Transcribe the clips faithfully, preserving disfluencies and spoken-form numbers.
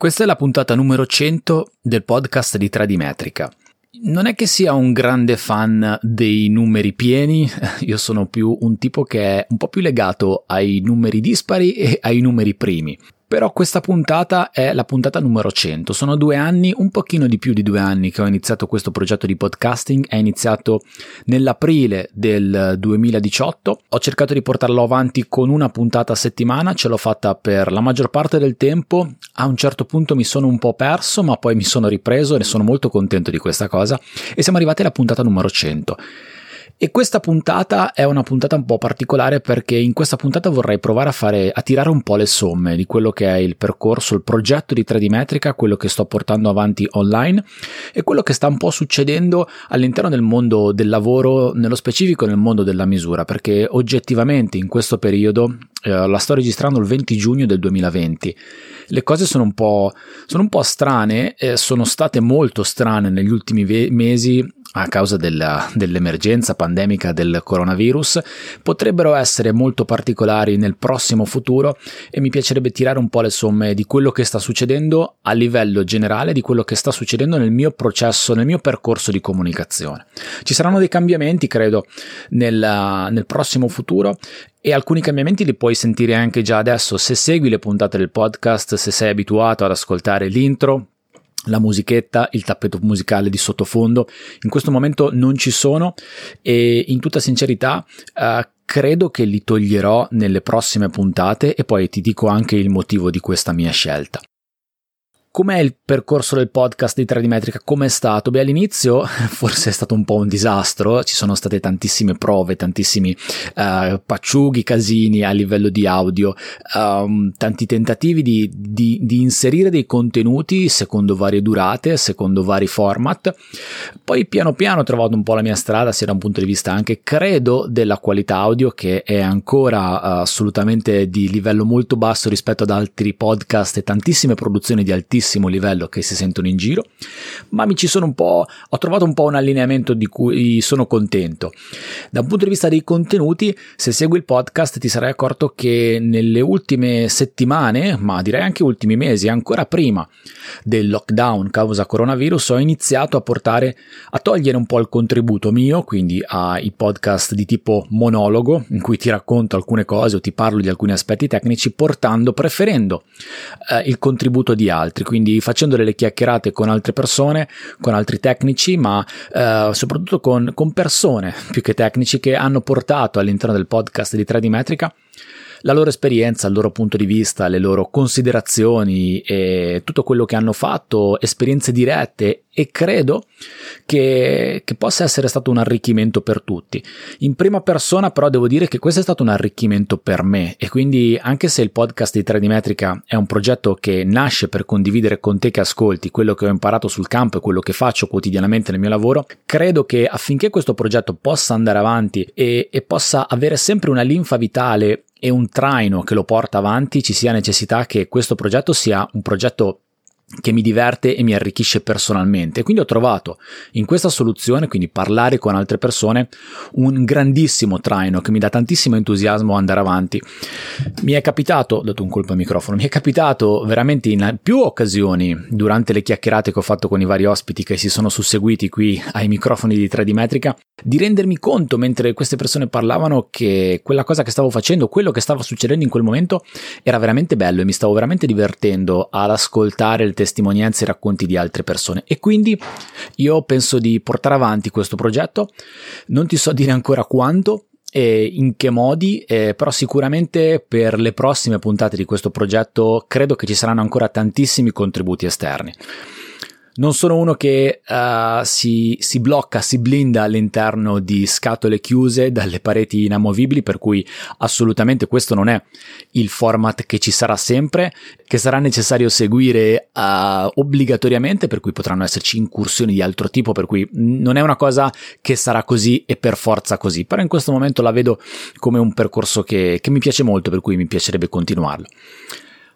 Questa è la puntata numero cento del podcast di tre D Metrica. Non è che sia un grande fan dei numeri pieni, io sono più un tipo che è un po' più legato ai numeri dispari e ai numeri primi. Però questa puntata è la puntata numero cento, sono due anni, un pochino di più di due anni che ho iniziato questo progetto di podcasting, è iniziato nell'aprile del duemiladiciotto, ho cercato di portarlo avanti con una puntata a settimana, ce l'ho fatta per la maggior parte del tempo, a un certo punto mi sono un po' perso ma poi mi sono ripreso e ne sono molto contento di questa cosa e siamo arrivati alla puntata numero cento. E questa puntata è una puntata un po' particolare perché in questa puntata vorrei provare a fare a tirare un po' le somme di quello che è il percorso, il progetto di tre D Metrica, quello che sto portando avanti online e quello che sta un po' succedendo all'interno del mondo del lavoro, nello specifico nel mondo della misura, perché oggettivamente in questo periodo eh, la sto registrando il venti giugno del duemilaventi. Le cose sono un po', sono un po' strane, eh, sono state molto strane negli ultimi ve- mesi a causa della, dell'emergenza pandemica del coronavirus, potrebbero essere molto particolari nel prossimo futuro e mi piacerebbe tirare un po' le somme di quello che sta succedendo a livello generale, di quello che sta succedendo nel mio processo, nel mio percorso di comunicazione. Ci saranno dei cambiamenti, credo, nel, nel prossimo futuro e alcuni cambiamenti li puoi sentire anche già adesso se segui le puntate del podcast, se sei abituato ad ascoltare l'intro, la musichetta, il tappeto musicale di sottofondo. In questo momento non ci sono e in tutta sincerità eh, credo che li toglierò nelle prossime puntate e poi ti dico anche il motivo di questa mia scelta. Com'è il percorso del podcast di tre D Metrica? Com'è stato? Beh, all'inizio forse è stato un po' un disastro, ci sono state tantissime prove, tantissimi uh, pacciughi, casini a livello di audio, um, tanti tentativi di, di, di inserire dei contenuti secondo varie durate, secondo vari format. Poi piano piano ho trovato un po' la mia strada, sia da un punto di vista anche, credo, della qualità audio, che è ancora uh, assolutamente di livello molto basso rispetto ad altri podcast e tantissime produzioni di altissimo livello che si sentono in giro, ma mi ci sono un po', ho trovato un po' un allineamento di cui sono contento. Da un punto di vista dei contenuti, se segui il podcast ti sarai accorto che nelle ultime settimane, ma direi anche ultimi mesi, ancora prima del lockdown causa coronavirus, ho iniziato a portare, a togliere un po' il contributo mio, quindi ai podcast di tipo monologo, in cui ti racconto alcune cose o ti parlo di alcuni aspetti tecnici, portando, preferendo eh, il contributo di altri, quindi facendo delle chiacchierate con altre persone, con altri tecnici, ma eh, soprattutto con, con persone più che tecnici che hanno portato all'interno del podcast di tre D Metrica la loro esperienza, il loro punto di vista, le loro considerazioni e tutto quello che hanno fatto, esperienze dirette, e credo che, che possa essere stato un arricchimento per tutti. In prima persona però devo dire che questo è stato un arricchimento per me e quindi anche se il podcast di tre D Metrica è un progetto che nasce per condividere con te che ascolti quello che ho imparato sul campo e quello che faccio quotidianamente nel mio lavoro, credo che affinché questo progetto possa andare avanti e, e possa avere sempre una linfa vitale e un traino che lo porta avanti, ci sia necessità che questo progetto sia un progetto che mi diverte e mi arricchisce personalmente. Quindi ho trovato in questa soluzione, quindi parlare con altre persone, un grandissimo traino che mi dà tantissimo entusiasmo andare avanti. Mi è capitato, ho dato un colpo al microfono, mi è capitato veramente in più occasioni durante le chiacchierate che ho fatto con i vari ospiti che si sono susseguiti qui ai microfoni di tre D Metrica, di rendermi conto mentre queste persone parlavano che quella cosa che stavo facendo, quello che stava succedendo in quel momento era veramente bello e mi stavo veramente divertendo ad ascoltare le testimonianze e racconti di altre persone, e quindi io penso di portare avanti questo progetto. Non ti so dire ancora quando e in che modi, eh, però sicuramente per le prossime puntate di questo progetto credo che ci saranno ancora tantissimi contributi esterni. Non sono uno che uh, si, si blocca, si blinda all'interno di scatole chiuse dalle pareti inamovibili, per cui assolutamente questo non è il format che ci sarà sempre, che sarà necessario seguire uh, obbligatoriamente, per cui potranno esserci incursioni di altro tipo, per cui non è una cosa che sarà così e per forza così, però in questo momento la vedo come un percorso che, che mi piace molto, per cui mi piacerebbe continuarlo.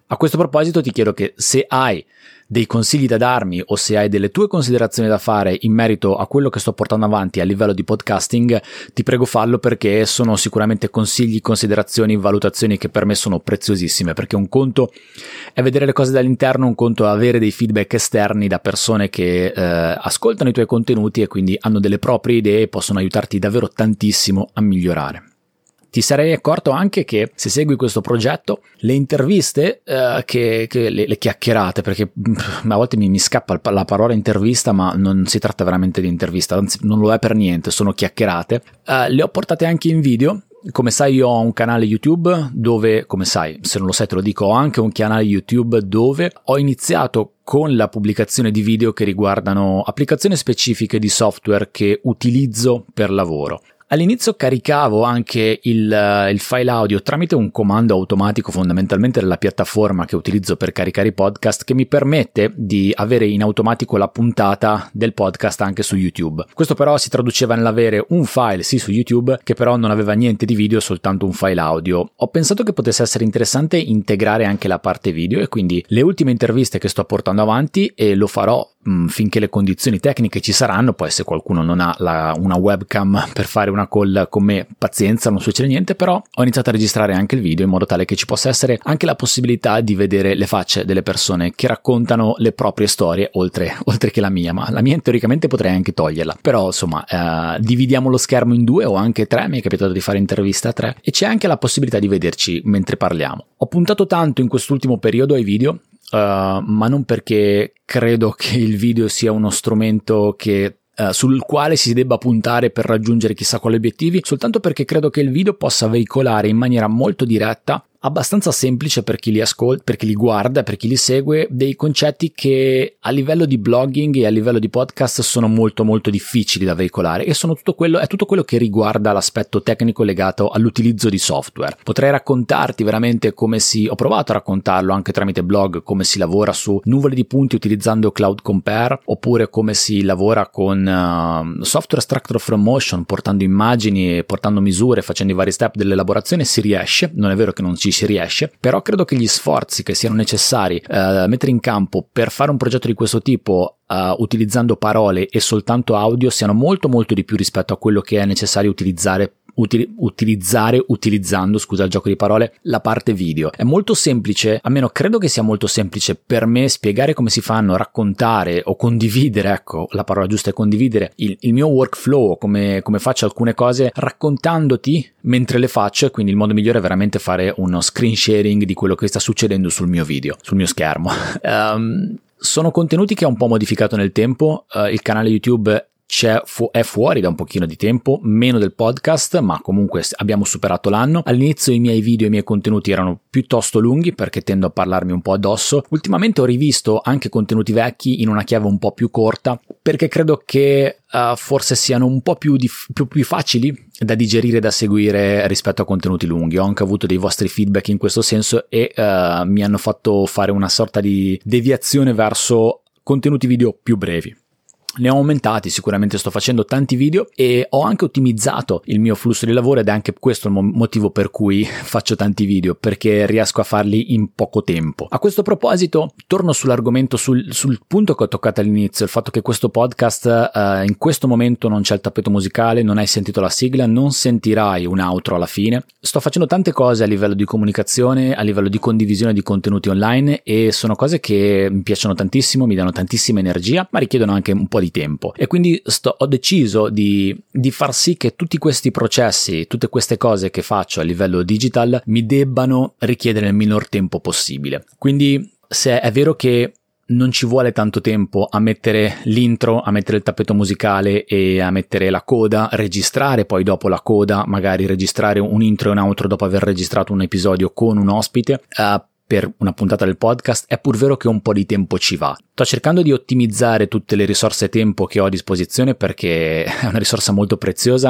A questo proposito ti chiedo che se hai dei consigli da darmi o se hai delle tue considerazioni da fare in merito a quello che sto portando avanti a livello di podcasting, ti prego fallo, perché sono sicuramente consigli, considerazioni, valutazioni che per me sono preziosissime, perché un conto è vedere le cose dall'interno, un conto è avere dei feedback esterni da persone che eh, ascoltano i tuoi contenuti e quindi hanno delle proprie idee e possono aiutarti davvero tantissimo a migliorare. Ti sarei accorto anche che se segui questo progetto, le interviste, eh, che, che le, le chiacchierate, perché pff, a volte mi, mi scappa la parola intervista, ma non si tratta veramente di intervista, anzi non lo è per niente, sono chiacchierate, eh, le ho portate anche in video. Come sai, io ho un canale YouTube dove, come sai, se non lo sai te lo dico, ho anche un canale YouTube dove ho iniziato con la pubblicazione di video che riguardano applicazioni specifiche di software che utilizzo per lavoro. All'inizio caricavo anche il, il file audio tramite un comando automatico fondamentalmente della piattaforma che utilizzo per caricare i podcast, che mi permette di avere in automatico la puntata del podcast anche su YouTube. Questo però si traduceva nell'avere un file sì su YouTube che però non aveva niente di video, soltanto un file audio. Ho pensato che potesse essere interessante integrare anche la parte video e quindi le ultime interviste che sto portando avanti, e lo farò mh, finché le condizioni tecniche ci saranno. Poi se qualcuno non ha la, una webcam per fare una call con me, pazienza, non succede niente, però ho iniziato a registrare anche il video in modo tale che ci possa essere anche la possibilità di vedere le facce delle persone che raccontano le proprie storie, oltre, oltre che la mia, ma la mia teoricamente potrei anche toglierla, però insomma eh, dividiamo lo schermo in due o anche tre, mi è capitato di fare interviste a tre e c'è anche la possibilità di vederci mentre parliamo. Ho puntato tanto in quest'ultimo periodo ai video, Uh, ma non perché credo che il video sia uno strumento che Uh, sul quale si debba puntare per raggiungere chissà quali obiettivi, soltanto perché credo che il video possa veicolare in maniera molto diretta, abbastanza semplice per chi li ascolta, per chi li guarda, per chi li segue, dei concetti che a livello di blogging e a livello di podcast sono molto molto difficili da veicolare, e sono tutto quello, è tutto quello che riguarda l'aspetto tecnico legato all'utilizzo di software. Potrei raccontarti veramente come si, ho provato a raccontarlo anche tramite blog, come si lavora su nuvole di punti utilizzando Cloud Compare, oppure come si lavora con uh, software extractor from motion, portando immagini e portando misure, facendo i vari step dell'elaborazione. Si riesce, non è vero che non ci si riesce, però credo che gli sforzi che siano necessari uh, mettere in campo per fare un progetto di questo tipo uh, utilizzando parole e soltanto audio siano molto molto di più rispetto a quello che è necessario utilizzare Util- utilizzare utilizzando, scusa il gioco di parole, la parte video. È molto semplice, almeno credo che sia molto semplice per me spiegare come si fanno, raccontare o condividere, ecco la parola giusta è condividere, il, il mio workflow, come, come faccio alcune cose raccontandoti mentre le faccio, e quindi il modo migliore è veramente fare uno screen sharing di quello che sta succedendo sul mio video, sul mio schermo. um, sono contenuti che ho un po' modificato nel tempo, uh, il canale YouTube C'è fu- è fuori da un pochino di tempo, meno del podcast, ma comunque abbiamo superato l'anno. All'inizio i miei video e i miei contenuti erano piuttosto lunghi perché tendo a parlarmi un po' addosso. Ultimamente ho rivisto anche contenuti vecchi in una chiave un po' più corta, perché credo che uh, forse siano un po' più, dif- più, più facili da digerire e da seguire rispetto a contenuti lunghi. Ho anche avuto dei vostri feedback in questo senso e uh, mi hanno fatto fare una sorta di deviazione verso contenuti video più brevi. Ne ho aumentati, sicuramente sto facendo tanti video e ho anche ottimizzato il mio flusso di lavoro, ed è anche questo il motivo per cui faccio tanti video, perché riesco a farli in poco tempo. A questo proposito torno sull'argomento, sul, sul punto che ho toccato all'inizio, il fatto che questo podcast uh, in questo momento non c'è il tappeto musicale, non hai sentito la sigla, non sentirai un outro alla fine. Sto facendo tante cose a livello di comunicazione, a livello di condivisione di contenuti online, e sono cose che mi piacciono tantissimo, mi danno tantissima energia, ma richiedono anche un po' di tempo, e quindi sto, ho deciso di, di far sì che tutti questi processi, tutte queste cose che faccio a livello digital mi debbano richiedere il minor tempo possibile. Quindi se è vero che non ci vuole tanto tempo a mettere l'intro, a mettere il tappeto musicale e a mettere la coda, registrare poi dopo la coda, magari registrare un intro e un outro dopo aver registrato un episodio con un ospite, uh, per una puntata del podcast, è pur vero che un po' di tempo ci va. Sto cercando di ottimizzare tutte le risorse tempo che ho a disposizione, perché è una risorsa molto preziosa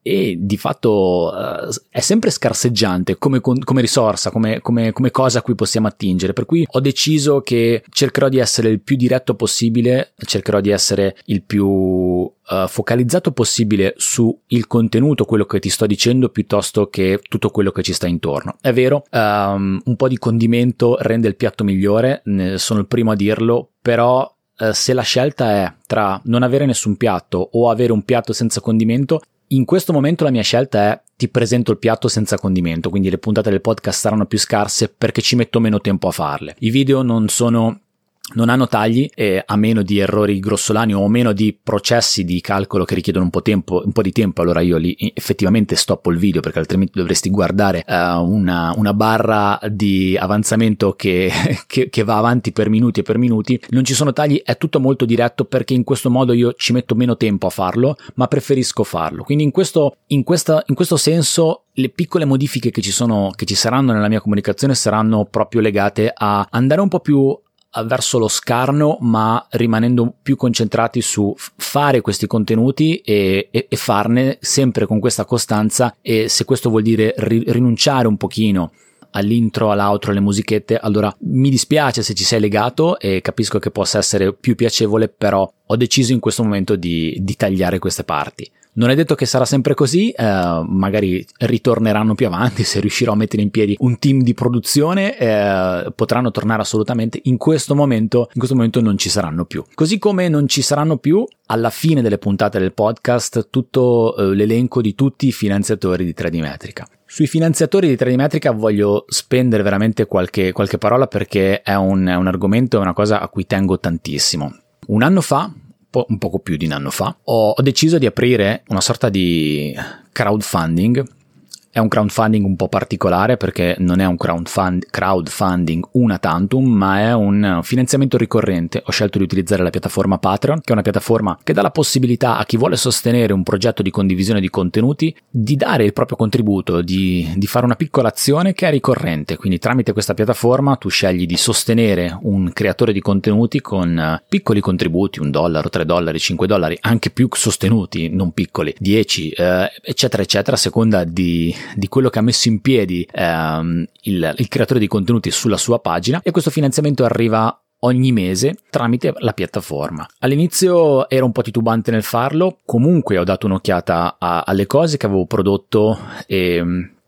e di fatto uh, è sempre scarseggiante come, come risorsa, come, come, come cosa a cui possiamo attingere, per cui ho deciso che cercherò di essere il più diretto possibile, cercherò di essere il più uh, focalizzato possibile su il contenuto, quello che ti sto dicendo, piuttosto che tutto quello che ci sta intorno. È vero, um, un po' di condimento rende il piatto migliore, ne sono il primo a dirlo, però uh, se la scelta è tra non avere nessun piatto o avere un piatto senza condimento, in questo momento la mia scelta è: ti presento il piatto senza condimento, quindi le puntate del podcast saranno più scarse perché ci metto meno tempo a farle. I video non sono non hanno tagli, eh, a meno di errori grossolani o meno di processi di calcolo che richiedono un po' tempo, un po' di tempo, allora io lì effettivamente stoppo il video, perché altrimenti dovresti guardare uh, una, una barra di avanzamento che, che, che va avanti per minuti e per minuti. Non ci sono tagli, è tutto molto diretto, perché in questo modo io ci metto meno tempo a farlo, ma preferisco farlo. Quindi in questo, in questa, in questo senso le piccole modifiche che ci sono, che ci saranno nella mia comunicazione saranno proprio legate a andare un po' più verso lo scarno, ma rimanendo più concentrati su fare questi contenuti e, e, e farne sempre con questa costanza. E se questo vuol dire ri, rinunciare un pochino all'intro, all'outro, alle musichette, allora mi dispiace se ci sei legato, e capisco che possa essere più piacevole, però ho deciso in questo momento di, di tagliare queste parti. Non è detto che sarà sempre così, eh, magari ritorneranno più avanti, se riuscirò a mettere in piedi un team di produzione, eh, potranno tornare assolutamente. In questo momento, in questo momento non ci saranno più. Così come non ci saranno più alla fine delle puntate del podcast tutto eh, l'elenco di tutti i finanziatori di tre D Metrica. Sui finanziatori di tre D Metrica voglio spendere veramente qualche, qualche parola, perché è un, è un argomento, è una cosa a cui tengo tantissimo. Un anno fa, un poco più di un anno fa, ho, ho deciso di aprire una sorta di crowdfunding. È un crowdfunding un po' particolare, perché non è un crowdfund, crowdfunding una tantum, ma è un finanziamento ricorrente. Ho scelto di utilizzare la piattaforma Patreon, che è una piattaforma che dà la possibilità a chi vuole sostenere un progetto di condivisione di contenuti di dare il proprio contributo, di, di fare una piccola azione che è ricorrente. Quindi tramite questa piattaforma tu scegli di sostenere un creatore di contenuti con piccoli contributi, un dollaro, tre dollari, cinque dollari, anche più sostenuti, non piccoli, dieci, eh, eccetera eccetera, a seconda di di quello che ha messo in piedi ehm, il, il creatore di contenuti sulla sua pagina. E questo finanziamento arriva ogni mese tramite la piattaforma. All'inizio ero un po' titubante nel farlo, comunque ho dato un'occhiata a, alle cose che avevo prodotto e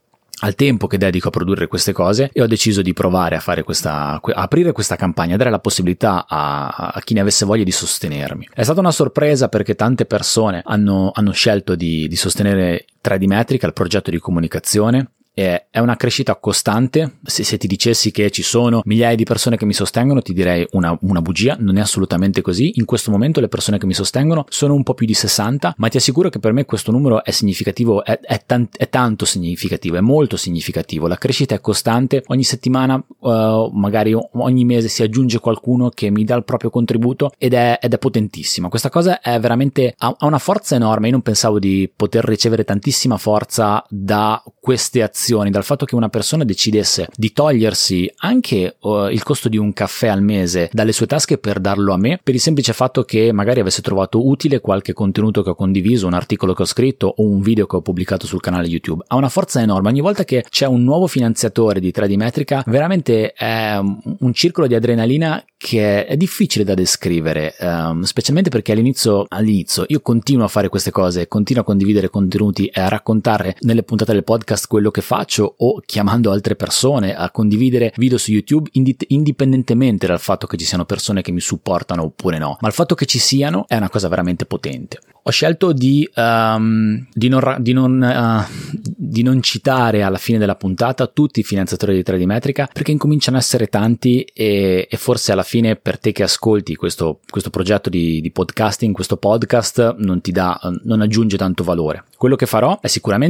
al tempo che dedico a produrre queste cose, e ho deciso di provare a fare questa, a aprire questa campagna, a dare la possibilità a, a chi ne avesse voglia di sostenermi. È stata una sorpresa, perché tante persone hanno, hanno scelto di, di sostenere tre D Metrica, il progetto di comunicazione. È una crescita costante. Se, se ti dicessi che ci sono migliaia di persone che mi sostengono, ti direi una, una bugia. Non è assolutamente così. In questo momento le persone che mi sostengono sono un po' più di sessanta, ma ti assicuro che per me questo numero è significativo, è, è, tant- è tanto significativo, è molto significativo. La crescita è costante. Ogni settimana, uh, magari ogni mese si aggiunge qualcuno che mi dà il proprio contributo, ed è, ed è potentissima. Questa cosa è veramente, ha, ha una forza enorme. Io non pensavo di poter ricevere tantissima forza da queste azioni, dal fatto che una persona decidesse di togliersi anche uh, il costo di un caffè al mese dalle sue tasche per darlo a me, per il semplice fatto che magari avesse trovato utile qualche contenuto che ho condiviso, un articolo che ho scritto o un video che ho pubblicato sul canale YouTube. Ha una forza enorme. Ogni volta che c'è un nuovo finanziatore di tre D Metrica, veramente è un circolo di adrenalina che è difficile da descrivere, um, specialmente perché all'inizio, all'inizio io continuo a fare queste cose, continuo a condividere contenuti e a raccontare nelle puntate del podcast quello che faccio, o chiamando altre persone a condividere video su YouTube, ind- indipendentemente dal fatto che ci siano persone che mi supportano oppure no, ma il fatto che ci siano è una cosa veramente potente. Ho scelto di, um, di, non, di, non, uh, di non citare alla fine della puntata tutti i finanziatori di tre D Metrica, perché incominciano a essere tanti e, e forse alla fine per te che ascolti questo, questo progetto di, di podcasting, questo podcast non ti dà, non aggiunge tanto valore. Quello che farò è sicuramente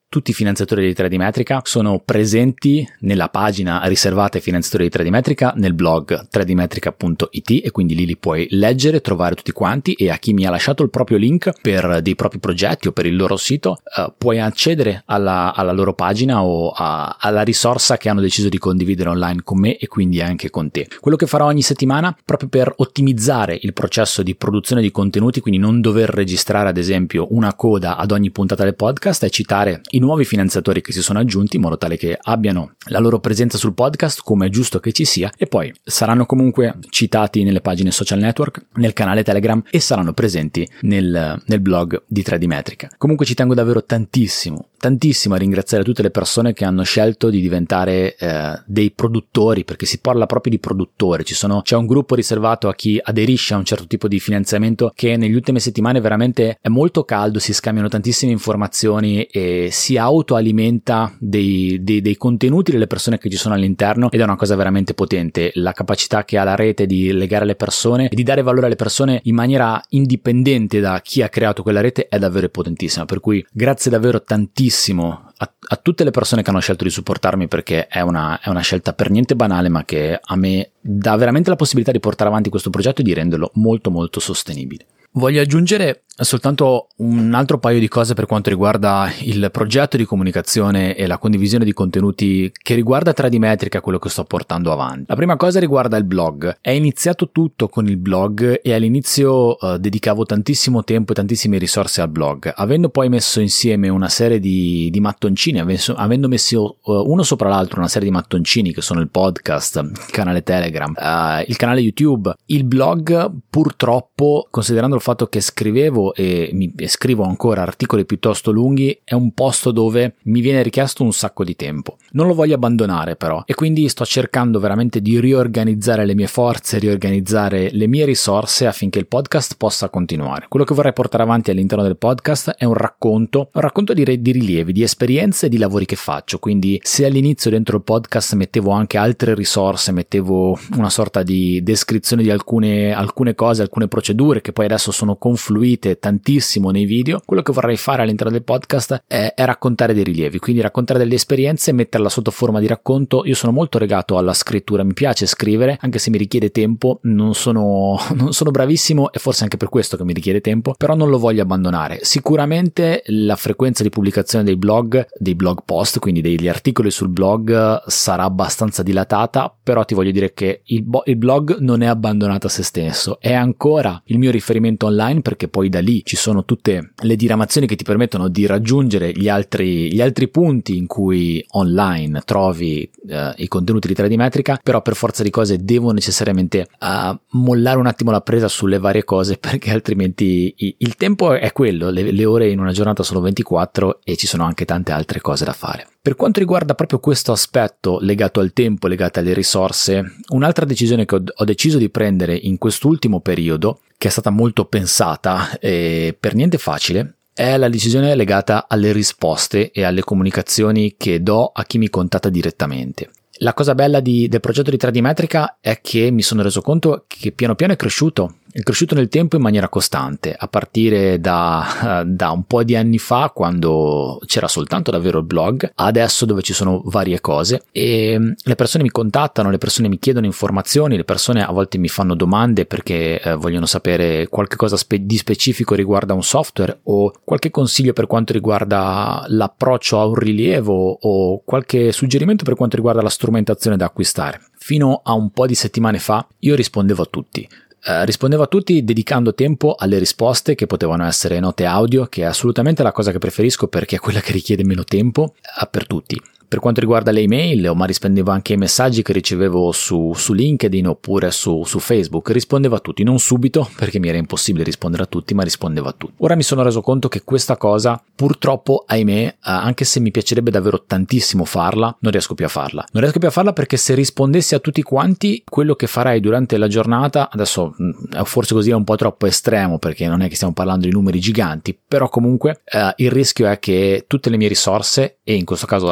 tutti i finanziatori di tre D Metrica sono presenti nella pagina riservata ai finanziatori di tre D Metrica nel blog tre D metrica punto it, e quindi lì li puoi leggere, trovare tutti quanti, e a chi mi ha lasciato il proprio link per dei propri progetti o per il loro sito uh, puoi accedere alla, alla loro pagina o a, alla risorsa che hanno deciso di condividere online con me e quindi anche con te. Quello che farò ogni settimana, proprio per ottimizzare il processo di produzione di contenuti, quindi non dover registrare ad esempio una coda ad ogni puntata del podcast, è citare i nuovi finanziatori che si sono aggiunti in modo tale che abbiano la loro presenza sul podcast, come è giusto che ci sia, e poi saranno comunque citati nelle pagine social network, nel canale Telegram, e saranno presenti nel, nel blog di tre D Metrica. Comunque ci tengo davvero tantissimo tantissimo a ringraziare tutte le persone che hanno scelto di diventare eh, dei produttori, perché si parla proprio di produttori. Ci sono, c'è un gruppo riservato a chi aderisce a un certo tipo di finanziamento che negli ultime settimane veramente è molto caldo, si scambiano tantissime informazioni e si autoalimenta dei, dei, dei contenuti delle persone che ci sono all'interno, ed è una cosa veramente potente. La capacità che ha la rete di legare le persone e di dare valore alle persone in maniera indipendente da chi ha creato quella rete è davvero potentissima, per cui grazie davvero tantissimo A, a tutte le persone che hanno scelto di supportarmi, perché è una, è una scelta per niente banale, ma che a me dà veramente la possibilità di portare avanti questo progetto e di renderlo molto molto sostenibile. Voglio aggiungere soltanto un altro paio di cose per quanto riguarda il progetto di comunicazione e la condivisione di contenuti che riguarda tre D Metrica, quello che sto portando avanti. La prima cosa riguarda il blog. È iniziato tutto con il blog e all'inizio uh, dedicavo tantissimo tempo e tantissime risorse al blog. Avendo poi messo insieme una serie di, di mattoncini, avendo, avendo messo uh, uno sopra l'altro una serie di mattoncini che sono il podcast, il canale Telegram, uh, il canale YouTube, il blog, purtroppo, considerando il fatto che scrivevo e mi e scrivo ancora articoli piuttosto lunghi, è un posto dove mi viene richiesto un sacco di tempo. Non lo voglio abbandonare però, e quindi sto cercando veramente di riorganizzare le mie forze, riorganizzare le mie risorse affinché il podcast possa continuare. Quello che vorrei portare avanti all'interno del podcast è un racconto, un racconto di, di rilievi, di esperienze e di lavori che faccio. Quindi se all'inizio dentro il podcast mettevo anche altre risorse, mettevo una sorta di descrizione di alcune, alcune cose, alcune procedure che poi adesso sono confluite tantissimo nei video, quello che vorrei fare all'interno del podcast è, è raccontare dei rilievi, quindi raccontare delle esperienze e metterla sotto forma di racconto. Io sono molto legato alla scrittura, mi piace scrivere, anche se mi richiede tempo, non sono, non sono bravissimo e forse anche per questo che mi richiede tempo, però non lo voglio abbandonare. Sicuramente la frequenza di pubblicazione dei blog, dei blog post, quindi degli articoli sul blog, sarà abbastanza dilatata, però ti voglio dire che il, bo- il blog non è abbandonato a se stesso, è ancora il mio riferimento online, perché poi da lì ci sono tutte le diramazioni che ti permettono di raggiungere gli altri, gli altri punti in cui online trovi eh, i contenuti di tre D Metrica, però per forza di cose devo necessariamente uh, mollare un attimo la presa sulle varie cose, perché altrimenti i, il tempo è quello, le, le ore in una giornata sono ventiquattro e ci sono anche tante altre cose da fare. Per quanto riguarda proprio questo aspetto legato al tempo, legato alle risorse, un'altra decisione che ho, ho deciso di prendere in quest'ultimo periodo, che è stata molto pensata e per niente facile, è la decisione legata alle risposte e alle comunicazioni che do a chi mi contatta direttamente. La cosa bella di, del progetto di tre D Metrica è che mi sono reso conto che piano piano è cresciuto, è cresciuto nel tempo in maniera costante, a partire da, da un po' di anni fa, quando c'era soltanto davvero il blog, adesso dove ci sono varie cose, e le persone mi contattano, le persone mi chiedono informazioni, le persone a volte mi fanno domande perché eh, vogliono sapere qualche cosa spe- di specifico riguardo a un software, o qualche consiglio per quanto riguarda l'approccio a un rilievo, o qualche suggerimento per quanto riguarda la strumentazione da acquistare. Fino a un po' di settimane fa io rispondevo a tutti. Uh, rispondevo a tutti dedicando tempo alle risposte, che potevano essere note audio, che è assolutamente la cosa che preferisco perché è quella che richiede meno tempo, uh, per tutti. Per quanto riguarda le email, ma rispondevo anche ai messaggi che ricevevo su, su LinkedIn oppure su, su Facebook. Rispondevo a tutti, non subito perché mi era impossibile rispondere a tutti, ma rispondevo a tutti. Ora mi sono reso conto che questa cosa, purtroppo, ahimè, anche se mi piacerebbe davvero tantissimo farla, non riesco più a farla. Non riesco più a farla perché se rispondessi a tutti quanti, quello che farei durante la giornata, adesso forse così è un po' troppo estremo perché non è che stiamo parlando di numeri giganti, però comunque eh, il rischio è che tutte le mie risorse, e in questo caso la risorsa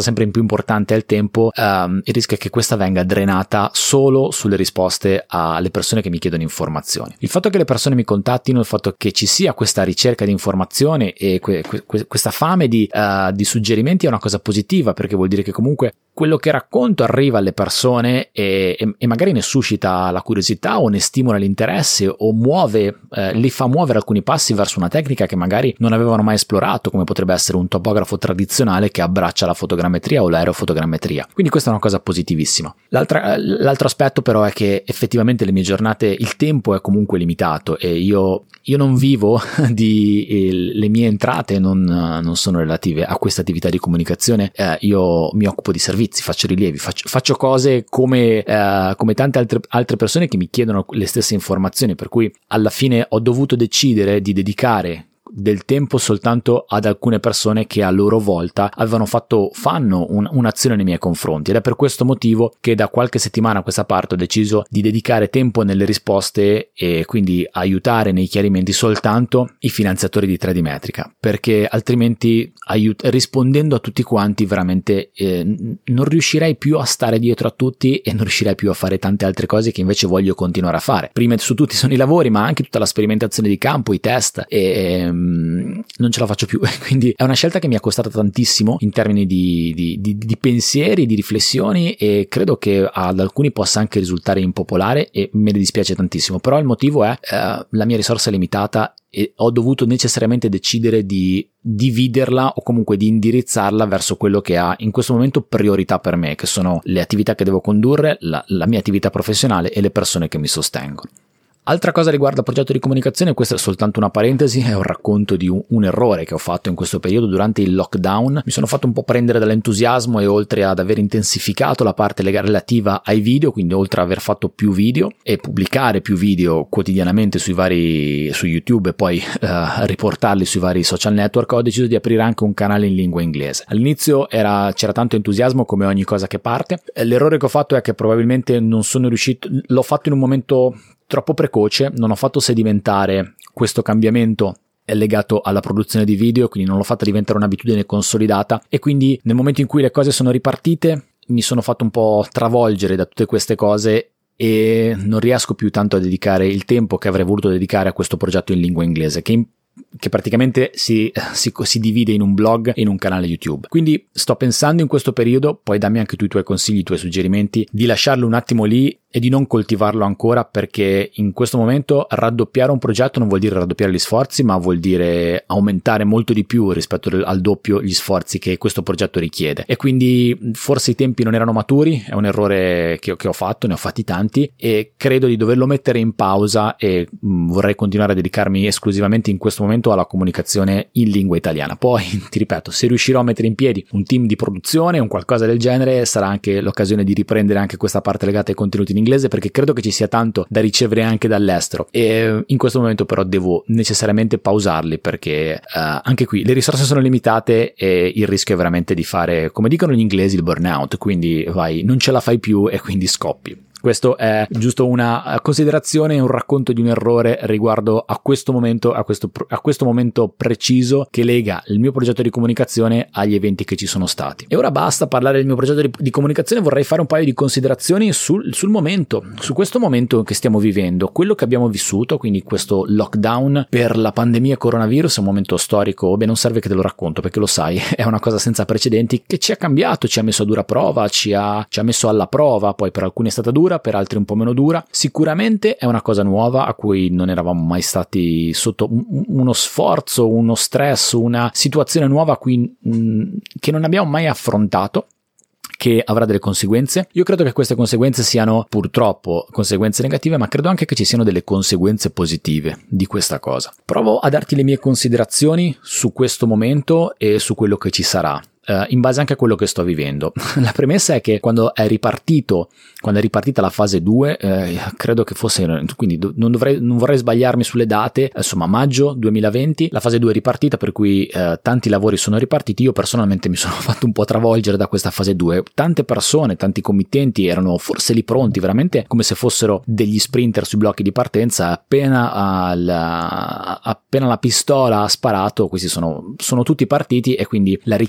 sempre più importante è il tempo, um, il rischio è che questa venga drenata solo sulle risposte alle persone che mi chiedono informazioni. Il fatto che le persone mi contattino, il fatto che ci sia questa ricerca di informazioni e que- que- questa fame di, uh, di suggerimenti è una cosa positiva, perché vuol dire che comunque quello che racconto arriva alle persone e, e, e magari ne suscita la curiosità o ne stimola l'interesse o muove, eh, li fa muovere alcuni passi verso una tecnica che magari non avevano mai esplorato, come potrebbe essere un topografo tradizionale che abbraccia la fotogrammetria o l'aerofotogrammetria. Quindi questa è una cosa positivissima. L'altra, l'altro aspetto però è che effettivamente le mie giornate, il tempo è comunque limitato e io, io non vivo di eh, le mie entrate non, non sono relative a questa attività di comunicazione. Eh, io mi occupo di servizi, faccio rilievi, faccio, faccio cose come, eh, come tante altre, altre persone che mi chiedono le stesse informazioni, per cui alla fine ho dovuto decidere di dedicare del tempo soltanto ad alcune persone che a loro volta avevano fatto, fanno un, un'azione nei miei confronti, ed è per questo motivo che da qualche settimana a questa parte ho deciso di dedicare tempo nelle risposte e quindi aiutare nei chiarimenti soltanto i finanziatori di tre D Metrica, perché altrimenti aiut- rispondendo a tutti quanti veramente eh, non riuscirei più a stare dietro a tutti e non riuscirei più a fare tante altre cose che invece voglio continuare a fare. Prima su tutti sono i lavori, ma anche tutta la sperimentazione di campo, i test, e non ce la faccio più, quindi è una scelta che mi ha costato tantissimo in termini di, di, di, di pensieri, di riflessioni, e credo che ad alcuni possa anche risultare impopolare e me ne dispiace tantissimo, però il motivo è eh, la mia risorsa è limitata e ho dovuto necessariamente decidere di dividerla o comunque di indirizzarla verso quello che ha in questo momento priorità per me, che sono le attività che devo condurre, la, la mia attività professionale e le persone che mi sostengono. Altra cosa riguardo al progetto di comunicazione, questa è soltanto una parentesi, è un racconto di un, un errore che ho fatto in questo periodo durante il lockdown. Mi sono fatto un po' prendere dall'entusiasmo e oltre ad aver intensificato la parte relativa ai video, quindi oltre ad aver fatto più video e pubblicare più video quotidianamente sui vari, su YouTube e poi uh, riportarli sui vari social network, ho deciso di aprire anche un canale in lingua inglese. All'inizio era, c'era tanto entusiasmo come ogni cosa che parte. L'errore che ho fatto è che probabilmente non sono riuscito, l'ho fatto in un momento troppo precoce, non ho fatto sedimentare questo cambiamento legato alla produzione di video, quindi non l'ho fatta diventare un'abitudine consolidata, e quindi nel momento in cui le cose sono ripartite mi sono fatto un po' travolgere da tutte queste cose e non riesco più tanto a dedicare il tempo che avrei voluto dedicare a questo progetto in lingua inglese, che in che praticamente si, si, si divide in un blog e in un canale YouTube. Quindi sto pensando in questo periodo, poi dammi anche tu i tuoi consigli, i tuoi suggerimenti, di lasciarlo un attimo lì e di non coltivarlo ancora, perché in questo momento raddoppiare un progetto non vuol dire raddoppiare gli sforzi, ma vuol dire aumentare molto di più rispetto al doppio gli sforzi che questo progetto richiede, e quindi forse i tempi non erano maturi. È un errore che, che ho fatto, ne ho fatti tanti e credo di doverlo mettere in pausa, e mh, vorrei continuare a dedicarmi esclusivamente in questo momento alla comunicazione in lingua italiana. Poi ti ripeto, se riuscirò a mettere in piedi un team di produzione, un qualcosa del genere, sarà anche l'occasione di riprendere anche questa parte legata ai contenuti in inglese, perché credo che ci sia tanto da ricevere anche dall'estero, e in questo momento però devo necessariamente pausarli, perché uh, anche qui le risorse sono limitate e il rischio è veramente di fare, come dicono gli inglesi, il burnout, quindi vai, non ce la fai più e quindi scoppi. Questo è giusto una considerazione, un racconto di un errore riguardo a questo momento, a questo, a questo momento preciso che lega il mio progetto di comunicazione agli eventi che ci sono stati. E ora basta parlare del mio progetto di, di comunicazione, vorrei fare un paio di considerazioni sul, sul momento, su questo momento che stiamo vivendo, quello che abbiamo vissuto, quindi questo lockdown per la pandemia coronavirus. È un momento storico, beh, non serve che te lo racconto perché lo sai, è una cosa senza precedenti che ci ha cambiato, ci ha messo a dura prova, ci ha, ci ha messo alla prova, poi per alcuni è stata dura, per altri un po' meno dura. Sicuramente è una cosa nuova a cui non eravamo mai stati sotto, uno sforzo, uno stress, una situazione nuova a cui, mh, che non abbiamo mai affrontato, che avrà delle conseguenze. Io credo che queste conseguenze siano purtroppo conseguenze negative, ma credo anche che ci siano delle conseguenze positive di questa cosa. Provo a darti le mie considerazioni su questo momento e su quello che ci sarà, Uh, in base anche a quello che sto vivendo. La premessa è che quando è ripartito, quando è ripartita la fase due, eh, credo che fosse, quindi do, non, dovrei, non vorrei sbagliarmi sulle date, insomma maggio duemilaventi, la fase due è ripartita, per cui eh, tanti lavori sono ripartiti. Io personalmente mi sono fatto un po' travolgere da questa fase due, tante persone, tanti committenti erano forse lì pronti, veramente come se fossero degli sprinter sui blocchi di partenza. Appena, alla, appena la pistola ha sparato, questi sono, sono tutti partiti, e quindi la richiesta di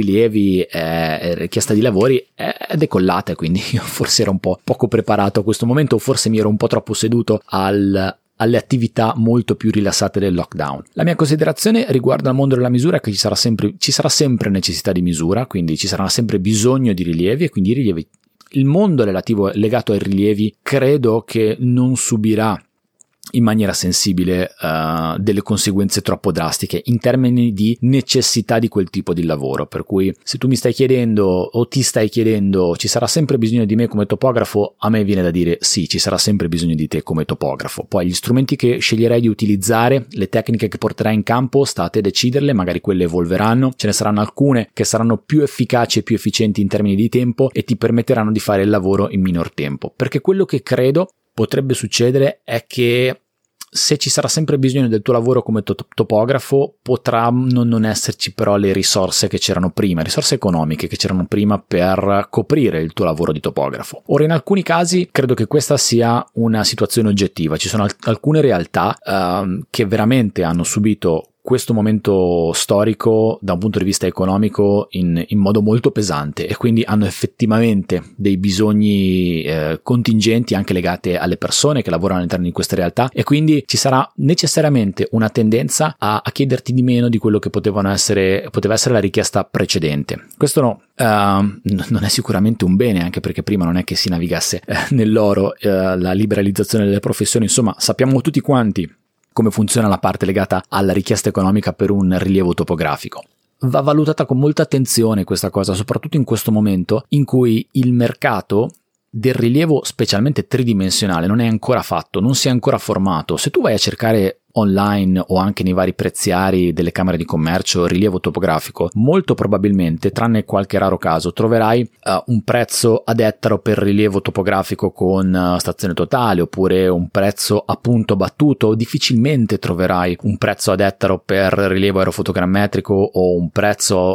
rilievi e richiesta di lavori è decollata, quindi io forse ero un po' poco preparato a questo momento, o forse mi ero un po' troppo seduto al alle attività molto più rilassate del lockdown. La mia considerazione riguarda il mondo della misura è che ci sarà sempre, ci sarà sempre necessità di misura, quindi ci sarà sempre bisogno di rilievi, e quindi i rilievi, il mondo relativo legato ai rilievi credo che non subirà in maniera sensibile uh, delle conseguenze troppo drastiche in termini di necessità di quel tipo di lavoro. Per cui se tu mi stai chiedendo o ti stai chiedendo ci sarà sempre bisogno di me come topografo, a me viene da dire sì, ci sarà sempre bisogno di te come topografo. Poi gli strumenti che sceglierai di utilizzare, le tecniche che porterai in campo, state a deciderle, magari quelle evolveranno, ce ne saranno alcune che saranno più efficaci e più efficienti in termini di tempo e ti permetteranno di fare il lavoro in minor tempo. Perché quello che credo potrebbe succedere è che se ci sarà sempre bisogno del tuo lavoro come to- topografo, potranno non esserci però le risorse che c'erano prima, risorse economiche che c'erano prima per coprire il tuo lavoro di topografo. Ora, in alcuni casi credo che questa sia una situazione oggettiva. Ci sono al- alcune realtà uh, che veramente hanno subito questo momento storico da un punto di vista economico in, in modo molto pesante, e quindi hanno effettivamente dei bisogni eh, contingenti anche legati alle persone che lavorano all'interno di queste realtà, e quindi ci sarà necessariamente una tendenza a, a chiederti di meno di quello che potevano essere, poteva essere la richiesta precedente. Questo no, uh, non è sicuramente un bene, anche perché prima non è che si navigasse eh, nell'oro, eh, la liberalizzazione delle professioni, insomma sappiamo tutti quanti come funziona la parte legata alla richiesta economica per un rilievo topografico. Va valutata con molta attenzione questa cosa, soprattutto in questo momento in cui il mercato del rilievo specialmente tridimensionale non è ancora fatto, non si è ancora formato. Se tu vai a cercare online o anche nei vari preziari delle camere di commercio rilievo topografico, molto probabilmente, tranne qualche raro caso, troverai uh, un prezzo ad ettaro per rilievo topografico con uh, stazione totale, oppure un prezzo a punto battuto. Difficilmente troverai un prezzo ad ettaro per rilievo aerofotogrammetrico o un prezzo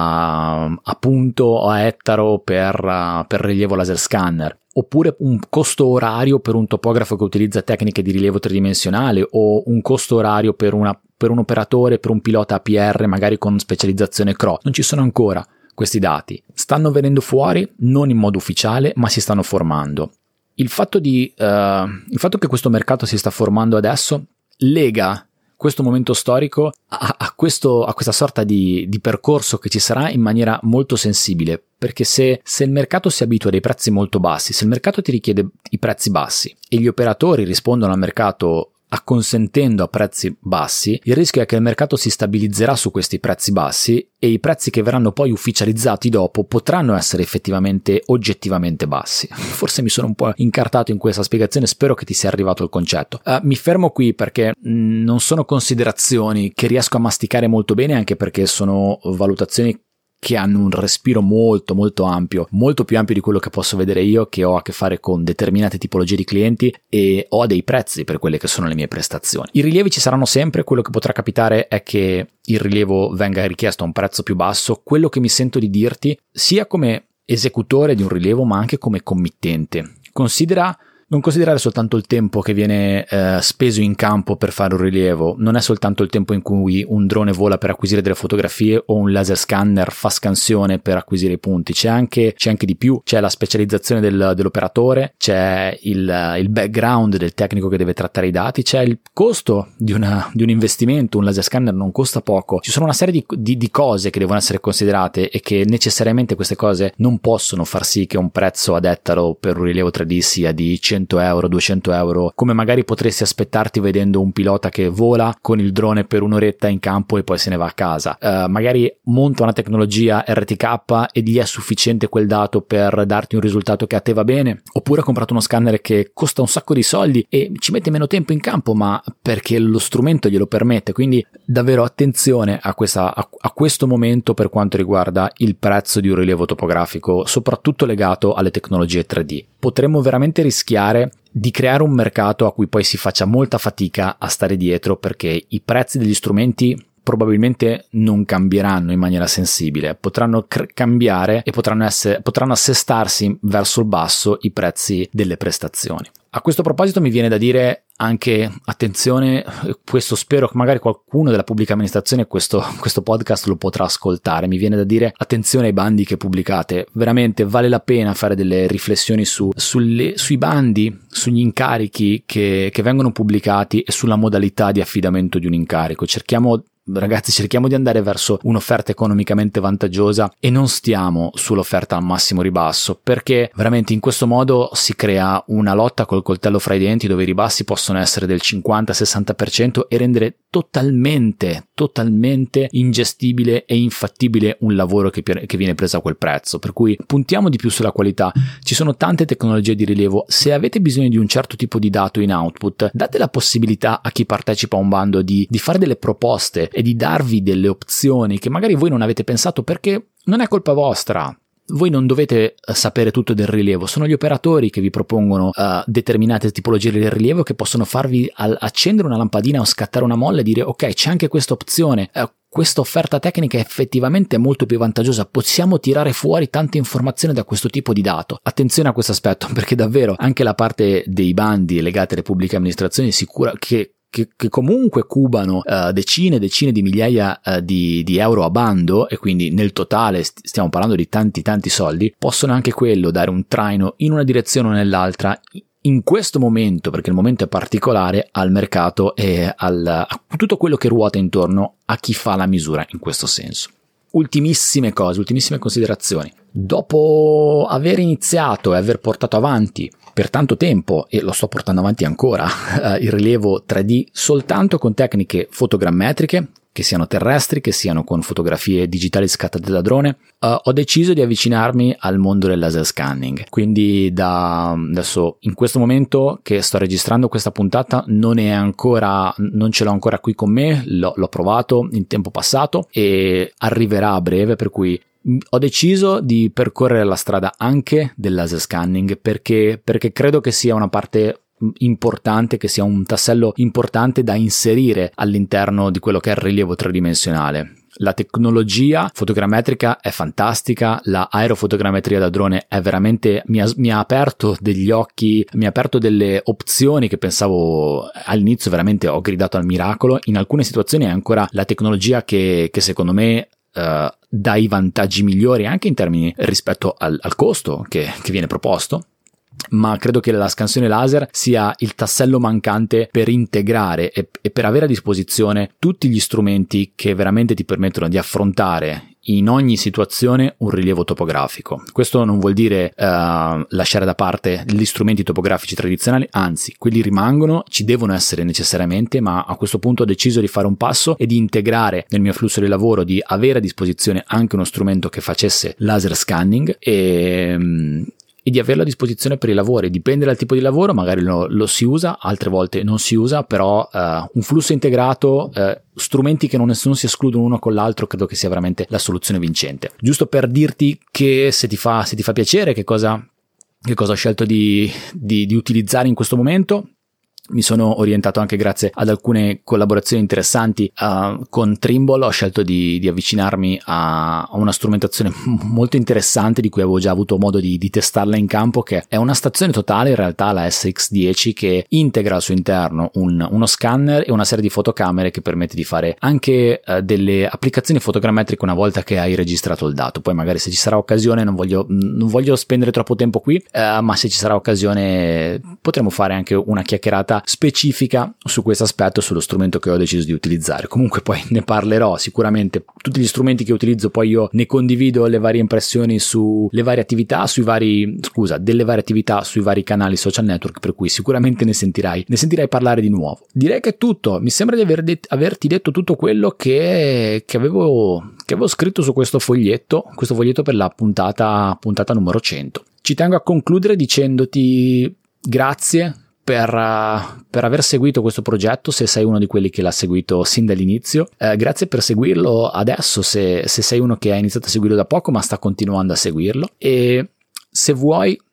a, a punto o a ettaro per, uh, per rilievo laser scanner, oppure un costo orario per un topografo che utilizza tecniche di rilievo tridimensionale, o un costo orario per, una, per un operatore, per un pilota A P R magari con specializzazione C R O. Non ci sono ancora questi dati, stanno venendo fuori non in modo ufficiale, ma si stanno formando. Il fatto, di, uh, il fatto che questo mercato si sta formando adesso lega questo momento storico a, a, questo, a questa sorta di, di percorso che ci sarà in maniera molto sensibile, perché se, se il mercato si abitua a dei prezzi molto bassi, se il mercato ti richiede i prezzi bassi e gli operatori rispondono al mercato acconsentendo a prezzi bassi, il rischio è che il mercato si stabilizzerà su questi prezzi bassi e i prezzi che verranno poi ufficializzati dopo potranno essere effettivamente oggettivamente bassi. Forse mi sono un po' incartato in questa spiegazione, spero che ti sia arrivato il concetto. Uh, mi fermo qui perché mh, non sono considerazioni che riesco a masticare molto bene, anche perché sono valutazioni che hanno un respiro molto molto ampio, molto più ampio di quello che posso vedere io, che ho a che fare con determinate tipologie di clienti e ho dei prezzi per quelle che sono le mie prestazioni. I rilievi ci saranno sempre, quello che potrà capitare è che il rilievo venga richiesto a un prezzo più basso. Quello che mi sento di dirti, sia come esecutore di un rilievo ma anche come committente, considera non considerare soltanto il tempo che viene eh, speso in campo per fare un rilievo. Non è soltanto il tempo in cui un drone vola per acquisire delle fotografie o un laser scanner fa scansione per acquisire i punti, c'è anche, c'è anche di più, c'è la specializzazione del, dell'operatore, c'è il, il background del tecnico che deve trattare i dati, c'è il costo di, una, di un investimento. Un laser scanner non costa poco, ci sono una serie di, di, di cose che devono essere considerate e che necessariamente queste cose non possono far sì che un prezzo ad ettaro per un rilievo tre D sia di cento euro, duecento euro, come magari potresti aspettarti vedendo un pilota che vola con il drone per un'oretta in campo e poi se ne va a casa. Uh, magari monta una tecnologia R T K e gli è sufficiente quel dato per darti un risultato che a te va bene, oppure ha comprato uno scanner che costa un sacco di soldi e ci mette meno tempo in campo, ma perché lo strumento glielo permette. Quindi davvero attenzione a, questa, a, a questo momento per quanto riguarda il prezzo di un rilievo topografico, soprattutto legato alle tecnologie tre D. Potremmo veramente rischiare di creare un mercato a cui poi si faccia molta fatica a stare dietro, perché i prezzi degli strumenti probabilmente non cambieranno in maniera sensibile, potranno cr- cambiare e potranno essere potranno assestarsi verso il basso i prezzi delle prestazioni. A questo proposito mi viene da dire anche attenzione, questo spero che magari qualcuno della pubblica amministrazione questo, questo podcast lo potrà ascoltare, mi viene da dire attenzione ai bandi che pubblicate, veramente vale la pena fare delle riflessioni su, sulle, sui bandi, sugli incarichi che, che vengono pubblicati e sulla modalità di affidamento di un incarico. Cerchiamo Ragazzi, cerchiamo di andare verso un'offerta economicamente vantaggiosa e non stiamo sull'offerta al massimo ribasso, perché veramente in questo modo si crea una lotta col coltello fra i denti, dove i ribassi possono essere del cinquanta sessanta per cento e rendere totalmente, totalmente ingestibile e infattibile un lavoro che, che viene preso a quel prezzo. Per cui puntiamo di più sulla qualità. Ci sono tante tecnologie di rilievo. Se avete bisogno di un certo tipo di dato in output, date la possibilità a chi partecipa a un bando di, di fare delle proposte e di darvi delle opzioni che magari voi non avete pensato, perché non è colpa vostra. Voi non dovete sapere tutto del rilievo, sono gli operatori che vi propongono uh, determinate tipologie di rilievo che possono farvi al- accendere una lampadina o scattare una molla e dire ok, c'è anche questa opzione, uh, questa offerta tecnica è effettivamente molto più vantaggiosa, possiamo tirare fuori tante informazioni da questo tipo di dato. Attenzione a questo aspetto, perché davvero anche la parte dei bandi legati alle pubbliche amministrazioni è sicura che Che, che comunque cubano uh, decine e decine di migliaia uh, di, di euro a bando, e quindi nel totale st- stiamo parlando di tanti tanti soldi, possono anche quello dare un traino in una direzione o nell'altra in questo momento, perché il momento è particolare, al mercato e al, a tutto quello che ruota intorno a chi fa la misura in questo senso. Ultimissime cose, ultimissime considerazioni. Dopo aver iniziato e aver portato avanti per tanto tempo, e lo sto portando avanti ancora, il rilievo tre D soltanto con tecniche fotogrammetriche, che siano terrestri, che siano con fotografie digitali scattate da drone, uh, ho deciso di avvicinarmi al mondo del laser scanning. Quindi da adesso, in questo momento che sto registrando questa puntata, non è ancora, non ce l'ho ancora qui con me, l'ho, l'ho provato in tempo passato e arriverà a breve, per cui ho deciso di percorrere la strada anche del laser scanning, perché, perché credo che sia una parte importante, che sia un tassello importante da inserire all'interno di quello che è il rilievo tridimensionale. La tecnologia fotogrammetrica è fantastica, la aerofotogrammetria da drone è veramente, mi ha, mi ha aperto degli occhi, mi ha aperto delle opzioni che pensavo all'inizio veramente ho gridato al miracolo. In alcune situazioni è ancora la tecnologia che, che secondo me uh, dà i vantaggi migliori anche in termini rispetto al, al costo che, che viene proposto. Ma credo che la scansione laser sia il tassello mancante per integrare e, e per avere a disposizione tutti gli strumenti che veramente ti permettono di affrontare in ogni situazione un rilievo topografico. Questo non vuol dire uh, lasciare da parte gli strumenti topografici tradizionali, anzi, quelli rimangono, ci devono essere necessariamente, ma a questo punto ho deciso di fare un passo e di integrare nel mio flusso di lavoro, di avere a disposizione anche uno strumento che facesse laser scanning e... Um, e di averlo a disposizione per i lavori. Dipende dal tipo di lavoro, magari lo, lo si usa, altre volte non si usa, però uh, un flusso integrato, uh, strumenti che non, non si escludono uno con l'altro, credo che sia veramente la soluzione vincente. Giusto per dirti che se ti fa, se ti fa piacere che cosa, che cosa ho scelto di, di, di utilizzare in questo momento, mi sono orientato anche grazie ad alcune collaborazioni interessanti uh, con Trimble. Ho scelto di, di avvicinarmi a, a una strumentazione molto interessante di cui avevo già avuto modo di, di testarla in campo, che è una stazione totale, in realtà la S X dieci, che integra al suo interno un, uno scanner e una serie di fotocamere che permette di fare anche uh, delle applicazioni fotogrammetriche una volta che hai registrato il dato. Poi magari se ci sarà occasione, non voglio, non voglio spendere troppo tempo qui, uh, ma se ci sarà occasione potremo fare anche una chiacchierata specifica su questo aspetto, sullo strumento che ho deciso di utilizzare. Comunque poi ne parlerò sicuramente. Tutti gli strumenti che utilizzo poi io ne condivido le varie impressioni sulle varie attività, sui vari scusa, delle varie attività sui vari canali social network, per cui sicuramente ne sentirai ne sentirai parlare di nuovo. Direi che è tutto. Mi sembra di aver det- averti detto tutto quello che, che avevo che avevo scritto su questo foglietto, questo foglietto per la puntata puntata numero cento. Ci tengo a concludere dicendoti grazie Per, per aver seguito questo progetto, se sei uno di quelli che l'ha seguito sin dall'inizio, eh, grazie per seguirlo adesso, se, se sei uno che ha iniziato a seguirlo da poco ma sta continuando a seguirlo, e se vuoi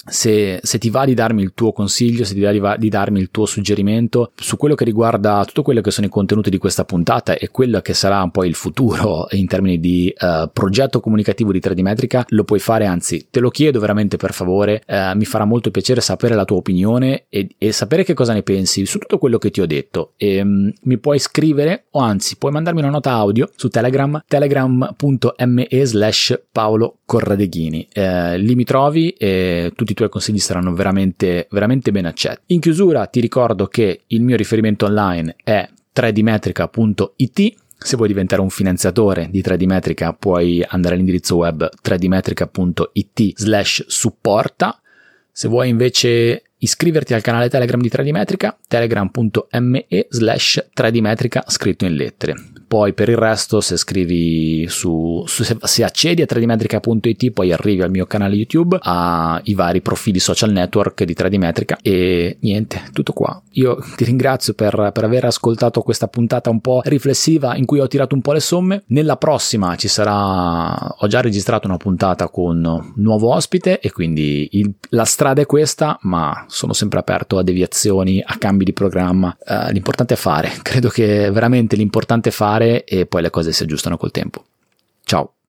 Se, se ti va di darmi il tuo consiglio, se ti va di, va di darmi il tuo suggerimento su quello che riguarda tutto quello che sono i contenuti di questa puntata e quello che sarà poi il futuro in termini di uh, progetto comunicativo di tre D Metrica, lo puoi fare, anzi te lo chiedo veramente per favore, uh, mi farà molto piacere sapere la tua opinione e, e sapere che cosa ne pensi su tutto quello che ti ho detto. E, um, mi puoi scrivere o anzi puoi mandarmi una nota audio su Telegram, telegram punto me slash Paolo Corradeghini, uh, lì mi trovi e tutti i tuoi consigli saranno veramente veramente ben accetti. In chiusura ti ricordo che il mio riferimento online è tre d metrica punto it. Se vuoi diventare un finanziatore di tre D Metrica puoi andare all'indirizzo web tre d metrica punto it slash supporta. Se vuoi invece iscriverti al canale Telegram di tre D Metrica, telegram punto me slash tre D Metrica scritto in lettere. Poi per il resto, se scrivi su, su se, se accedi a tre d metrica punto it, poi arrivi al mio canale YouTube, ai vari profili social network di tre D Metrica e niente, tutto qua. Io ti ringrazio per, per aver ascoltato questa puntata un po' riflessiva in cui ho tirato un po' le somme. Nella prossima ci sarà, ho già registrato una puntata con un nuovo ospite e quindi il, la strada è questa, ma sono sempre aperto a deviazioni, a cambi di programma. Uh, l'importante è fare, credo che veramente l'importante è fare e poi le cose si aggiustano col tempo. Ciao.